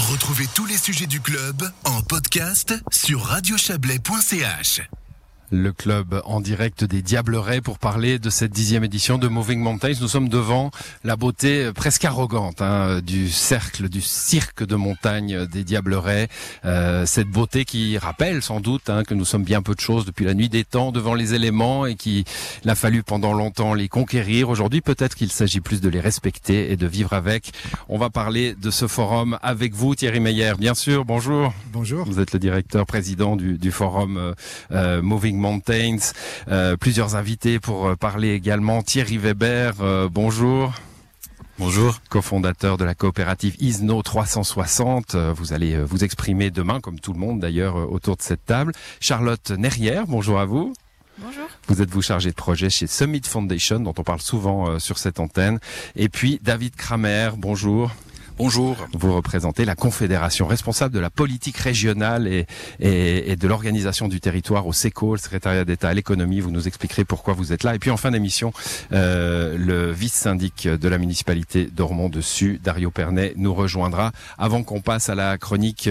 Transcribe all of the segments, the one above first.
Retrouvez tous les sujets du club en podcast sur radiochablais.ch. Le club en direct des Diablerets pour parler de cette 10e édition de Moving Mountains. Nous sommes devant la beauté presque arrogante du cirque de montagne des Diablerets. Cette beauté qui rappelle sans doute que nous sommes bien peu de choses depuis la nuit des temps devant les éléments et qu'il a fallu pendant longtemps les conquérir. Aujourd'hui, peut-être qu'il s'agit plus de les respecter et de vivre avec. On va parler de ce forum avec vous, Thierry Meyer. Bien sûr, bonjour. Bonjour. Vous êtes le directeur président du forum Moving Mountains, plusieurs invités pour parler également. Thierry Weber, bonjour. Bonjour. Cofondateur de la coopérative ISNO 360. Vous allez vous exprimer demain, comme tout le monde d'ailleurs, autour de cette table. Charlotte Nerrière, bonjour à vous. Bonjour. Vous êtes chargé de projet chez Summit Foundation, dont on parle souvent sur cette antenne. Et puis David Kramer, bonjour. Bonjour. Vous représentez la Confédération responsable de la politique régionale et de l'organisation du territoire au SECO, le secrétariat d'État à l'économie. Vous nous expliquerez pourquoi vous êtes là. Et puis en fin d'émission, le vice-syndic de la municipalité d'Ormont-Dessus, Dario Pernet, nous rejoindra avant qu'on passe à la chronique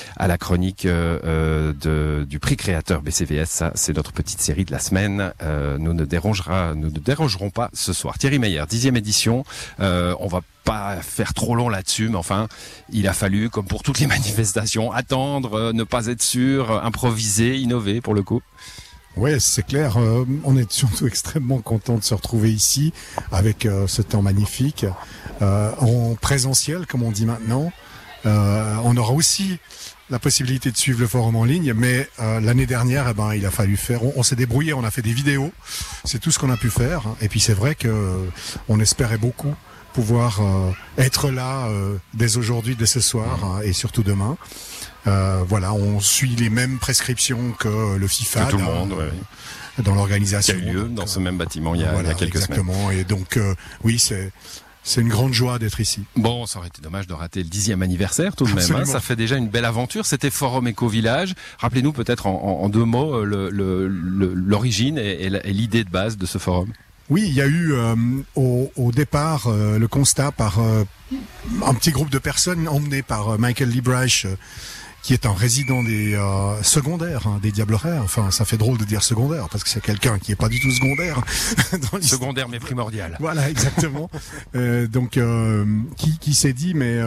du prix créateur BCVS. Ça, c'est notre petite série de la semaine. Nous ne dérangerons pas ce soir. Thierry Meyer, 10e édition. On va pas faire trop long là-dessus, mais enfin, il a fallu, comme pour toutes les manifestations, attendre, ne pas être sûr, improviser, innover pour le coup. Ouais, c'est clair. On est surtout extrêmement content de se retrouver ici avec ce temps magnifique, en présentiel, comme on dit maintenant. On aura aussi la possibilité de suivre le forum en ligne, mais l'année dernière, il a fallu faire. On s'est débrouillé, on a fait des vidéos. C'est tout ce qu'on a pu faire. Et puis c'est vrai que on espérait beaucoup pouvoir être là dès aujourd'hui, dès ce soir et surtout demain. Voilà, on suit les mêmes prescriptions que le FIFA. Que tout le monde, dans l'organisation. Qui a eu lieu dans ce même bâtiment il y a quelques semaines. Exactement. Et donc, oui, c'est une grande joie d'être ici. Bon, ça aurait été dommage de rater le 10e anniversaire tout de même. Absolument. Ça fait déjà une belle aventure. C'était Forum Éco-Village. Rappelez-nous peut-être en deux mots l'origine et l'idée de base de ce forum. Oui, il y a eu au départ le constat par un petit groupe de personnes emmené par Michael Liebreich, qui est un résident des secondaires des Diablerets. Enfin, ça fait drôle de dire secondaire parce que c'est quelqu'un qui est pas du tout secondaire. Secondaire mais primordial. Voilà, exactement. Donc, qui s'est dit mais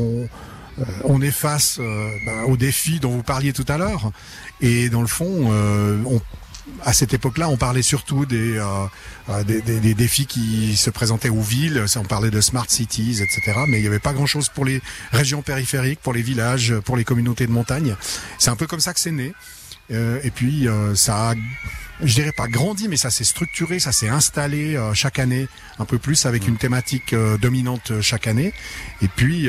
on est face aux défis dont vous parliez tout à l'heure, et dans le fond, à cette époque-là, on parlait surtout des défis qui se présentaient aux villes. On parlait de smart cities, etc. Mais il n'y avait pas grand-chose pour les régions périphériques, pour les villages, pour les communautés de montagne. C'est un peu comme ça que c'est né. Et puis ça a, je dirais pas grandi, mais ça s'est structuré, ça s'est installé chaque année un peu plus avec une thématique dominante chaque année. Et puis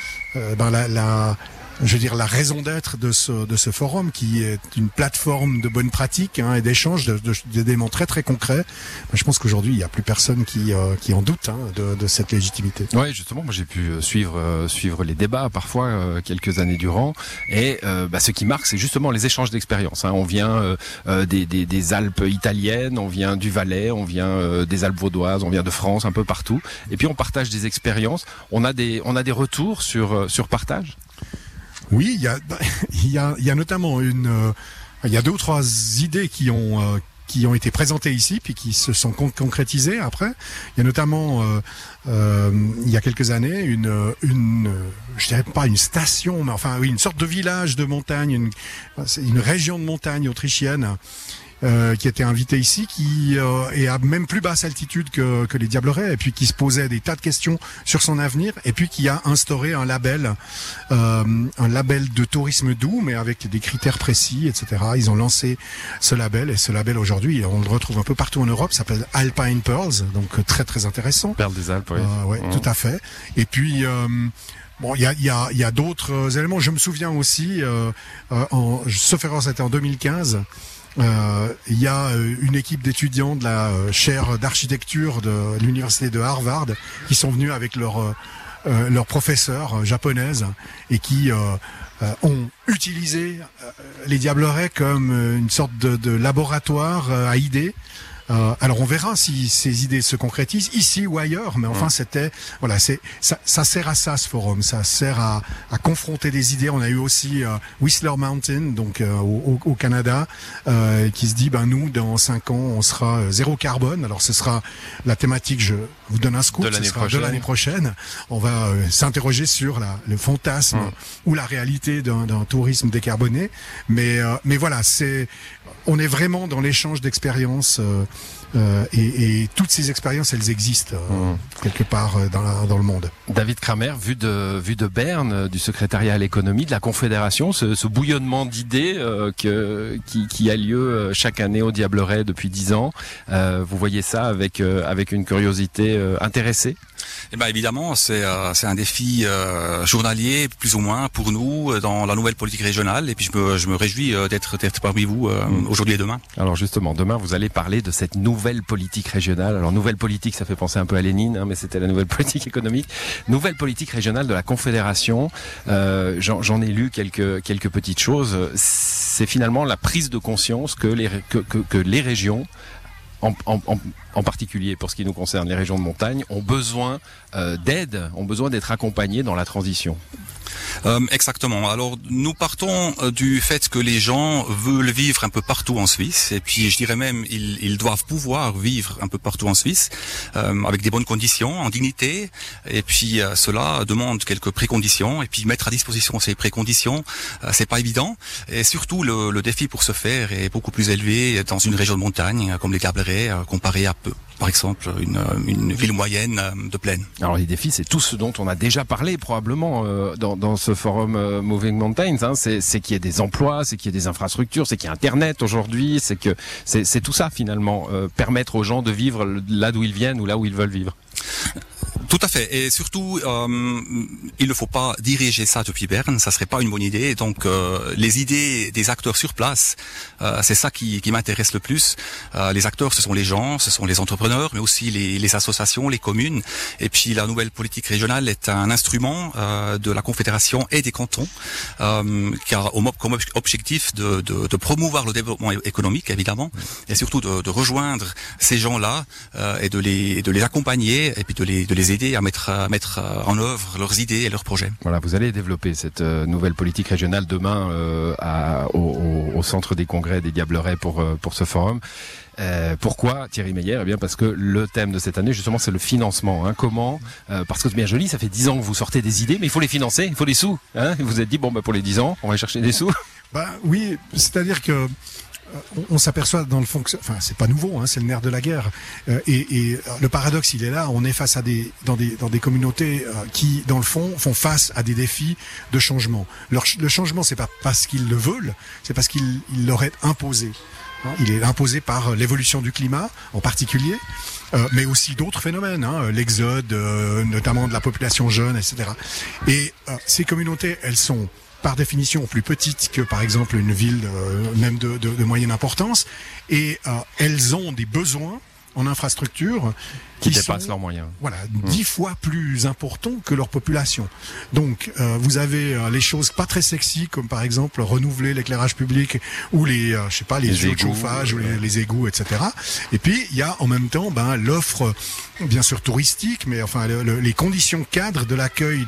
je veux dire, la raison d'être de ce forum, qui est une plateforme de bonnes pratiques et d'échanges d'éléments très très concrets. Je pense qu'aujourd'hui il n'y a plus personne qui en doute de cette légitimité. Oui, justement, moi j'ai pu suivre les débats parfois quelques années durant, et ce qui marque, c'est justement les échanges d'expériences. On vient des Alpes italiennes, on vient du Valais, on vient des Alpes vaudoises, on vient de France, un peu partout, et puis on partage des expériences. On a des retours sur partage. Oui, il y a notamment il y a 2 ou 3 idées qui ont été présentées ici puis qui se sont concrétisées après. Il y a notamment il y a quelques années je dirais pas une station, mais enfin oui, une sorte de village de montagne, une région de montagne autrichienne qui était invité ici, qui est à même plus basse altitude que les Diablerets, et puis qui se posait des tas de questions sur son avenir, et puis qui a instauré un label de tourisme doux, mais avec des critères précis, etc. Ils ont lancé ce label, et ce label aujourd'hui, on le retrouve un peu partout en Europe, s'appelle Alpine Pearls, donc très très intéressant. Perles des Alpes, oui. Ouais, tout à fait. Et puis bon, il y a d'autres éléments. Je me souviens aussi, sauf erreur, c'était en 2015. Il y a une équipe d'étudiants de la chaire d'architecture de l'université de Harvard qui sont venus avec leur professeure japonaise et qui ont utilisé les Diablerets comme une sorte de laboratoire à idées Alors on verra si ces idées se concrétisent ici ou ailleurs, mais enfin ça sert à ça, ce forum, ça sert à confronter des idées. On a eu aussi Whistler Mountain, donc au Canada, qui se dit nous dans 5 ans on sera zéro carbone. Alors ce sera la thématique, je vous donne un scoop, de l'année prochaine. On va s'interroger sur le fantasme ou la réalité d'un tourisme décarboné, mais voilà, on est vraiment dans l'échange d'expériences. Et toutes ces expériences, elles existent quelque part dans le monde. David Kramer, vu de Berne, du secrétariat à l'économie de la Confédération, ce bouillonnement d'idées qui a lieu chaque année au Diableret depuis 10 ans, vous voyez ça avec une curiosité intéressée? Eh ben évidemment, c'est un défi journalier plus ou moins pour nous dans la nouvelle politique régionale, et puis je me réjouis d'être parmi vous aujourd'hui et demain. Alors justement, demain vous allez parler de cette nouvelle politique régionale. Alors nouvelle politique, ça fait penser un peu à Lénine, mais c'était la nouvelle politique économique. Nouvelle politique régionale de la Confédération. J'en ai lu quelques petites choses. C'est finalement la prise de conscience que les régions, en particulier pour ce qui nous concerne, les régions de montagne, ont besoin d'aide, ont besoin d'être accompagnées dans la transition. Exactement. Alors nous partons du fait que les gens veulent vivre un peu partout en Suisse, et puis je dirais même ils doivent pouvoir vivre un peu partout en Suisse avec des bonnes conditions, en dignité, et puis cela demande quelques préconditions, et puis mettre à disposition ces préconditions, c'est pas évident, et surtout le défi pour ce faire est beaucoup plus élevé dans une région de montagne comme les Diableret comparé à par exemple une ville moyenne de plaine. Alors les défis, c'est tout ce dont on a déjà parlé probablement dans ce forum Moving Mountains, c'est qu'il y ait des emplois, c'est qu'il y ait des infrastructures, c'est qu'il y ait Internet aujourd'hui, c'est tout ça finalement, permettre aux gens de vivre là d'où ils viennent ou là où ils veulent vivre. Tout à fait, et surtout il ne faut pas diriger ça depuis Berne, ça serait pas une bonne idée. Donc les idées des acteurs sur place, c'est ça qui m'intéresse le plus. Les acteurs, ce sont les gens, ce sont les entrepreneurs, mais aussi les associations, les communes. Et puis la nouvelle politique régionale est un instrument de la Confédération et des cantons, qui a comme objectif de promouvoir le développement économique évidemment, et surtout de rejoindre ces gens-là et de les accompagner, et puis de les aider à mettre en œuvre leurs idées et leurs projets. Voilà, vous allez développer cette nouvelle politique régionale demain au centre des congrès des Diableret pour ce forum. Pourquoi Thierry Meyer? Eh bien parce que le thème de cette année justement c'est le financement. Comment parce que c'est bien joli, ça fait 10 ans que vous sortez des idées, mais il faut les financer, il faut les sous. Vous vous êtes dit pour les 10 ans, on va chercher des sous. Oui, c'est-à-dire que on s'aperçoit dans le fond que, c'est pas nouveau, c'est le nerf de la guerre. Et le paradoxe, il est là. On est face à dans des communautés qui, dans le fond, font face à des défis de changement. Le changement, c'est pas parce qu'ils le veulent, c'est parce qu'il leur est imposé. Il est imposé par l'évolution du climat, en particulier, mais aussi d'autres phénomènes, l'exode, notamment de la population jeune, etc. Et ces communautés, elles sont par définition plus petites que par exemple une ville même de moyenne importance, et elles ont des besoins en infrastructure qui dépassent leurs moyens. Voilà, 10 fois plus importants que leur population. Donc vous avez les choses pas très sexy, comme par exemple renouveler l'éclairage public ou les égouts de chauffage ou les égouts, etc. Et puis il y a en même temps l'offre bien sûr touristique, mais enfin les conditions cadres de l'accueil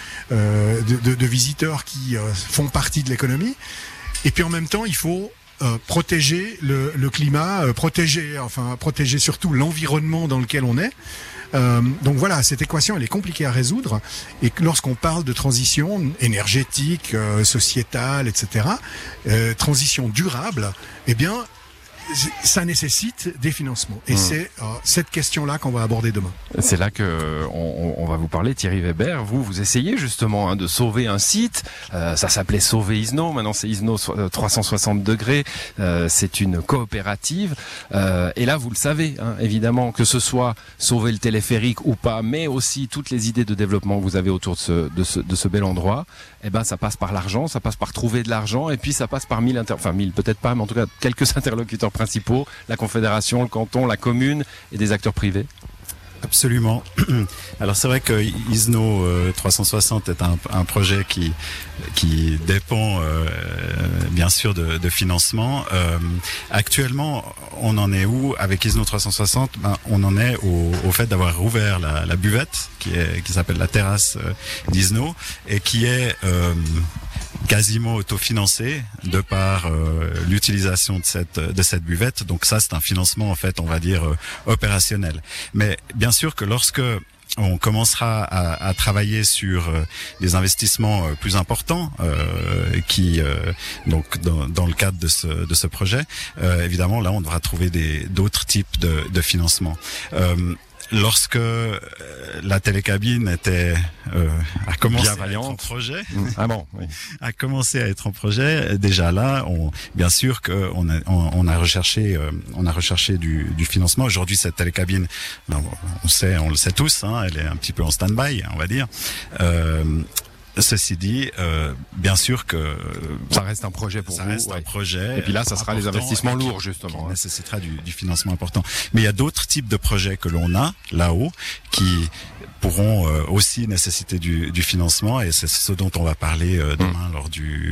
de visiteurs qui font partie de l'économie. Et puis en même temps il faut protéger le climat, protéger surtout l'environnement dans lequel on est. Donc voilà, cette équation, elle est compliquée à résoudre. Et lorsqu'on parle de transition énergétique, sociétale, etc., transition durable, eh bien, ça nécessite des financements. Et c'est cette question-là qu'on va aborder demain. C'est là que on va vous parler, Thierry Weber. Vous essayez justement de sauver un site. Ça s'appelait Sauver Isno. Maintenant, c'est Isno 360 degrés. C'est une coopérative. Et là, vous le savez, évidemment, que ce soit sauver le téléphérique ou pas, mais aussi toutes les idées de développement que vous avez autour de ce bel endroit. Ça passe par l'argent, ça passe par trouver de l'argent, et puis ça passe par 1000 peut-être pas, mais en tout cas quelques interlocuteurs principaux, la Confédération, le canton, la commune et des acteurs privés. Absolument. Alors c'est vrai que ISNO 360 est un projet qui dépend bien sûr de financement. Actuellement, on en est où avec ISNO 360? On en est au fait d'avoir rouvert la buvette qui s'appelle la terrasse d'ISNO et qui est quasiment autofinancé de par l'utilisation de cette buvette. Donc ça, c'est un financement en fait, on va dire opérationnel. Mais bien sûr que lorsque on commencera à travailler sur des investissements plus importants donc dans le cadre de ce projet, évidemment là on devra trouver d'autres types de financement. Lorsque la télécabine a commencé à être en projet, a commencé à être en projet, déjà là, bien sûr que on a recherché du financement. Aujourd'hui, cette télécabine, on le sait tous, elle est un petit peu en stand-by, on va dire. Ceci dit, bien sûr que ça reste un projet pour vous. Ça reste un projet. Et puis là, ça sera les investissements lourds, justement. Qui nécessitera du financement important. Mais il y a d'autres types de projets que l'on a là-haut qui pourront aussi nécessiter du financement, et c'est ce dont on va parler demain lors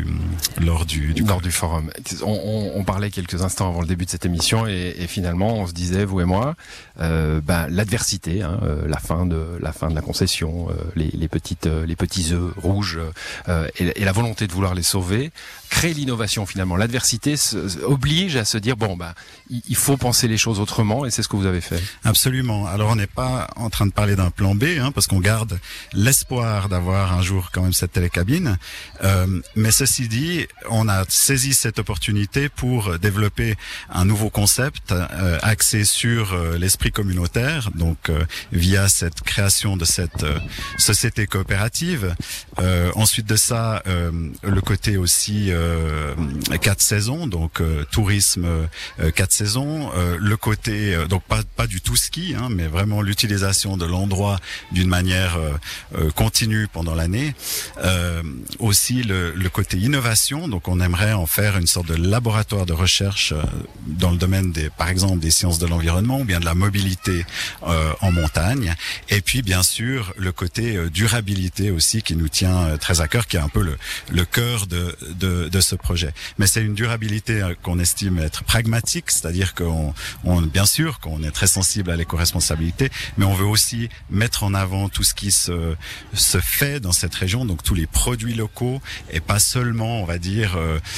du forum. On parlait quelques instants avant le début de cette émission, et finalement, on se disait, vous et moi, l'adversité, la fin de la concession, les petits œufs rouges et la volonté de vouloir les sauver crée l'innovation finalement. L'adversité oblige à se dire il faut penser les choses autrement, et c'est ce que vous avez fait. Absolument. Alors on n'est pas en train de parler d'un plan B, parce qu'on garde l'espoir d'avoir un jour quand même cette télécabine. Mais ceci dit, on a saisi cette opportunité pour développer un nouveau concept axé sur l'esprit communautaire, donc via cette création de cette société coopérative. Ensuite de ça, le côté aussi 4 saisons, donc tourisme 4 saisons, le côté donc pas du tout ski, mais vraiment l'utilisation de l'endroit d'une manière continue pendant l'année. Aussi le côté innovation, donc on aimerait en faire une sorte de laboratoire de recherche dans le domaine par exemple des sciences de l'environnement ou bien de la mobilité en montagne. Et puis bien sûr le côté durabilité aussi qui nous tient très à cœur, qui est un peu le cœur de ce projet. Mais c'est une durabilité qu'on estime être pragmatique, c'est-à-dire bien sûr qu'on est très sensible à l'éco-responsabilité, mais on veut aussi mettre en avant tout ce qui se fait dans cette région, donc tous les produits locaux, et pas seulement, on va dire,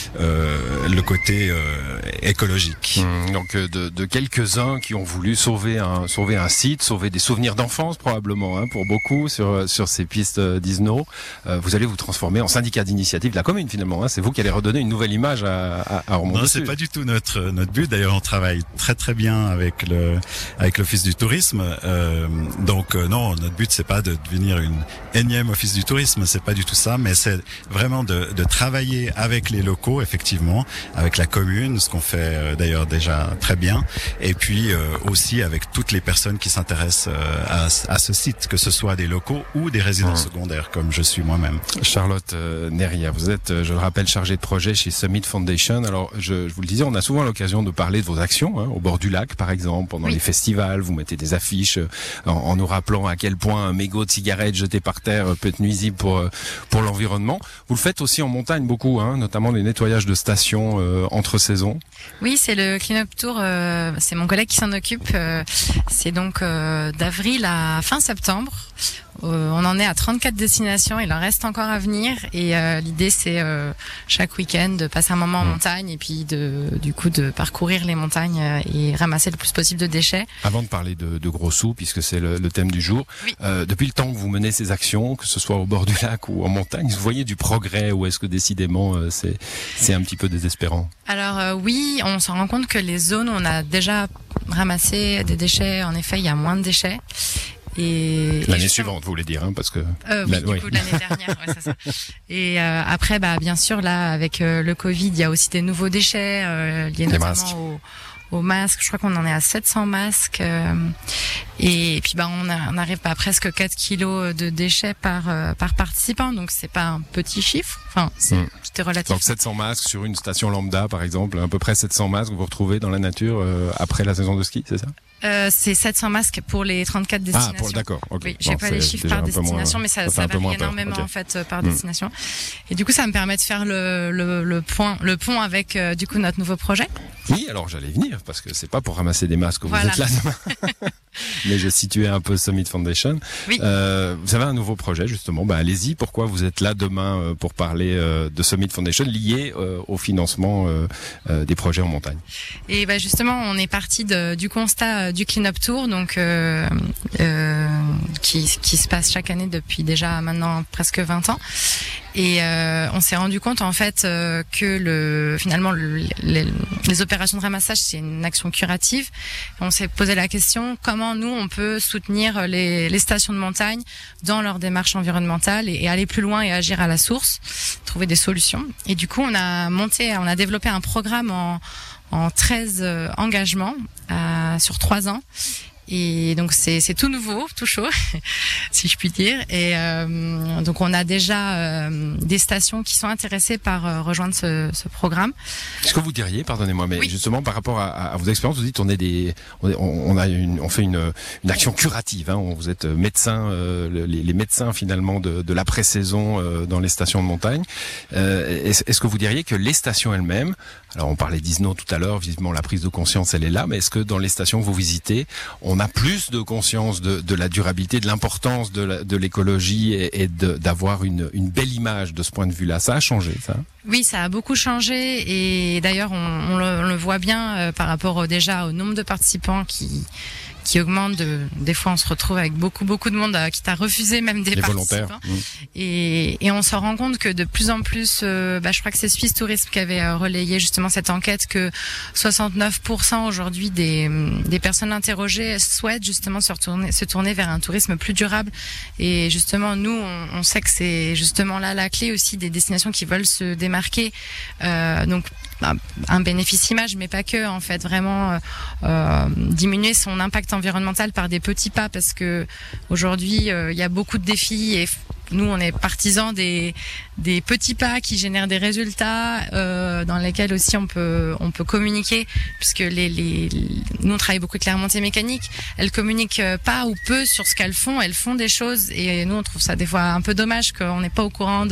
le côté écologique. Donc de quelques-uns qui ont voulu sauver un site, sauver des souvenirs d'enfance probablement, pour beaucoup sur ces pistes d'ISNO. Vous allez vous transformer en syndicat d'initiative de la commune finalement. C'est vous qui allez redonner une nouvelle image à Ormonde. Non, c'est pas du tout notre but. D'ailleurs, on travaille très très bien avec l'Office du tourisme. Donc non, notre but c'est pas de devenir une énième Office du tourisme, c'est pas du tout ça, mais c'est vraiment de travailler avec les locaux, effectivement, avec la commune, ce qu'on fait d'ailleurs déjà très bien, et puis aussi avec toutes les personnes qui s'intéressent à ce site, que ce soit des locaux ou des résidents secondaires, comme je suis moi-même. Charlotte Neria, vous êtes, je le rappelle, chargée de projet chez Summit Foundation. Alors, je vous le disais, on a souvent l'occasion de parler de vos actions, au bord du lac, par exemple, pendant les festivals. Vous mettez des affiches en nous rappelant à quel point un mégot de cigarette jeté par terre peut être nuisible pour l'environnement. Vous le faites aussi en montagne beaucoup, notamment les nettoyages de stations entre saisons. Oui, c'est le Clean Up Tour. C'est mon collègue qui s'en occupe. C'est donc d'avril à fin septembre. On en est à 34 destinations, il en reste encore à venir, et l'idée c'est chaque week-end de passer un moment en montagne et puis du coup de parcourir les montagnes et ramasser le plus possible de déchets. Avant de parler de gros sous, puisque c'est le thème du jour, depuis le temps que vous menez ces actions, que ce soit au bord du lac ou en montagne, vous voyez du progrès, ou est-ce que décidément c'est un petit peu désespérant? Alors oui, on se rend compte que les zones où on a déjà ramassé des déchets, en effet il y a moins de déchets. Et l'année suivante, vous voulez dire, parce que du coup l'année dernière, c'est ça. Et après, bien sûr, là, avec le Covid, il y a aussi des nouveaux déchets liés notamment aux masques. Je crois qu'on en est à 700 masques. Et puis, on arrive à presque 4 kilos de déchets par participant. Donc, c'est pas un petit chiffre. Enfin, c'était relatif. Donc, 700 masques sur une station lambda, par exemple, à peu près 700 masques que vous retrouvez dans la nature après la saison de ski, c'est ça? C'est 700 masques pour les 34 destinations. D'accord. Okay. Oui, j'ai pas les chiffres par destination, mais ça varie énormément en fait par destination. Et du coup, ça me permet de faire le pont avec du coup notre nouveau projet. Oui, alors j'allais venir parce que c'est pas pour ramasser des masques que vous êtes là demain. Mais je situais un peu Summit Foundation. Oui. Vous avez un nouveau projet justement. Allez-y. Pourquoi vous êtes là demain pour parler de Summit Foundation lié au financement des projets en montagne? Et justement, on est parti du constat du Clean Up Tour, donc qui se passe chaque année depuis déjà maintenant presque 20 ans. Et on s'est rendu compte en fait que finalement les opérations de ramassage, c'est une action curative. On s'est posé la question comment nous on peut soutenir les stations de montagne dans leur démarche environnementale et aller plus loin et agir à la source, trouver des solutions. Et du coup on a développé un programme en 13 engagements sur 3 ans. Et donc c'est tout nouveau, tout chaud, si je puis dire. Et donc on a déjà des stations qui sont intéressées par rejoindre ce programme. Est-ce que vous diriez, pardonnez-moi, mais oui. Justement par rapport à vos expériences, vous dites on fait une action curative. Hein, vous êtes médecin, les médecins finalement de la pré-saison dans les stations de montagne. Est-ce que vous diriez que les stations elles-mêmes, alors on parlait d'ISNO tout à l'heure, visiblement la prise de conscience elle est là, mais est-ce que dans les stations que vous visitez, on a plus de conscience de la durabilité, de l'importance de l'écologie et d'avoir une belle image de ce point de vue-là? Ça a changé, ça? Oui, ça a beaucoup changé et d'ailleurs on le voit bien par rapport déjà au nombre de participants qui augmente. Des fois, on se retrouve avec beaucoup de monde qui t'a refusé même des participants. Et on se rend compte que de plus en plus, je crois que c'est Suisse Tourisme qui avait relayé justement cette enquête que 69% aujourd'hui des personnes interrogées souhaitent justement se tourner vers un tourisme plus durable. Et justement, nous, on sait que c'est justement là la clé aussi des destinations qui veulent se démarquer. Donc, un bénéfice image, mais pas que, en fait, vraiment diminuer son impact environnemental par des petits pas, parce que aujourd'hui il y a beaucoup de défis et nous on est partisans des petits pas qui génèrent des résultats dans lesquels aussi on peut communiquer, puisque nous on travaille beaucoup avec les remontées mécaniques, elles communiquent pas ou peu sur ce qu'elles font des choses et nous on trouve ça des fois un peu dommage qu'on n'est pas au courant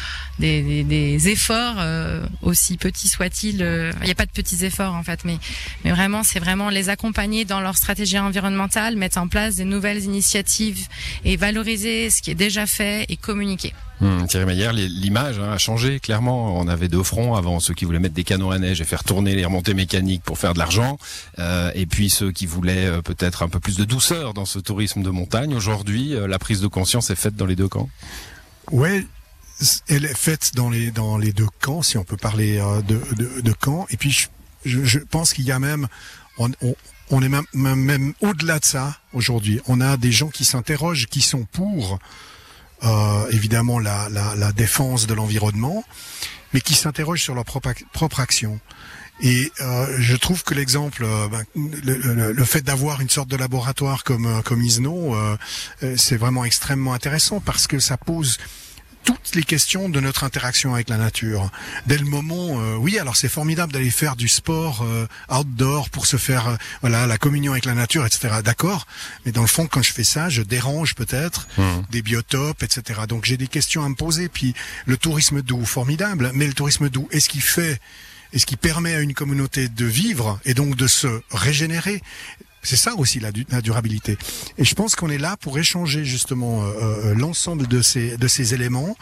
des efforts aussi petits soient-ils. Il n'y a pas de petits efforts en fait, mais vraiment c'est vraiment les accompagner dans leur stratégie environnementale, mettre en place des nouvelles initiatives et valoriser ce qui est déjà fait et communiquer. Thierry Meyer, l'image a changé clairement. On avait deux fronts avant, ceux qui voulaient mettre des canons à neige et faire tourner les remontées mécaniques pour faire de l'argent, et puis ceux qui voulaient peut-être un peu plus de douceur dans ce tourisme de montagne. Aujourd'hui, la prise de conscience est faite dans les deux camps. Ouais, elle est faite dans les deux camps, si on peut parler de camps. Et puis je pense qu'il y a même on est même au-delà de ça aujourd'hui. On a des gens qui s'interrogent, qui sont pour évidemment la défense de l'environnement, mais qui s'interrogent sur leur propre action. Et je trouve que l'exemple, le fait d'avoir une sorte de laboratoire comme ISNO, c'est vraiment extrêmement intéressant parce que ça pose toutes les questions de notre interaction avec la nature. Dès le moment, oui, alors c'est formidable d'aller faire du sport outdoor pour se faire la communion avec la nature, etc. D'accord, mais dans le fond, quand je fais ça, je dérange peut-être des biotopes, etc. Donc j'ai des questions à me poser. Puis le tourisme doux, formidable, mais le tourisme doux, est-ce qu'il permet à une communauté de vivre et donc de se régénérer? C'est ça aussi la durabilité. Et je pense qu'on est là pour échanger justement l'ensemble de ces éléments.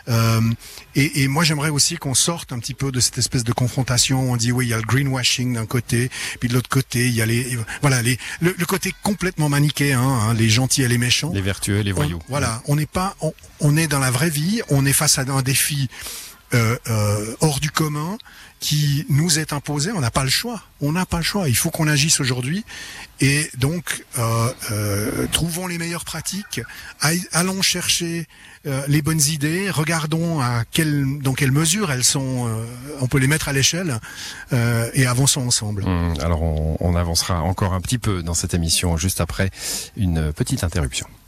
Et moi j'aimerais aussi qu'on sorte un petit peu de cette espèce de confrontation. On dit oui, il y a le greenwashing d'un côté, puis de l'autre côté il y a le côté complètement manichéen, les gentils et les méchants, les vertueux et les voyous. On est dans la vraie vie. On est face à un défi hors du commun qui nous est imposé. On n'a pas le choix. Il faut qu'on agisse aujourd'hui. Et donc, trouvons les meilleures pratiques. Allons chercher les bonnes idées. Regardons dans quelle mesure elles sont. On peut les mettre à l'échelle et avançons ensemble. Alors, on avancera encore un petit peu dans cette émission juste après une petite interruption.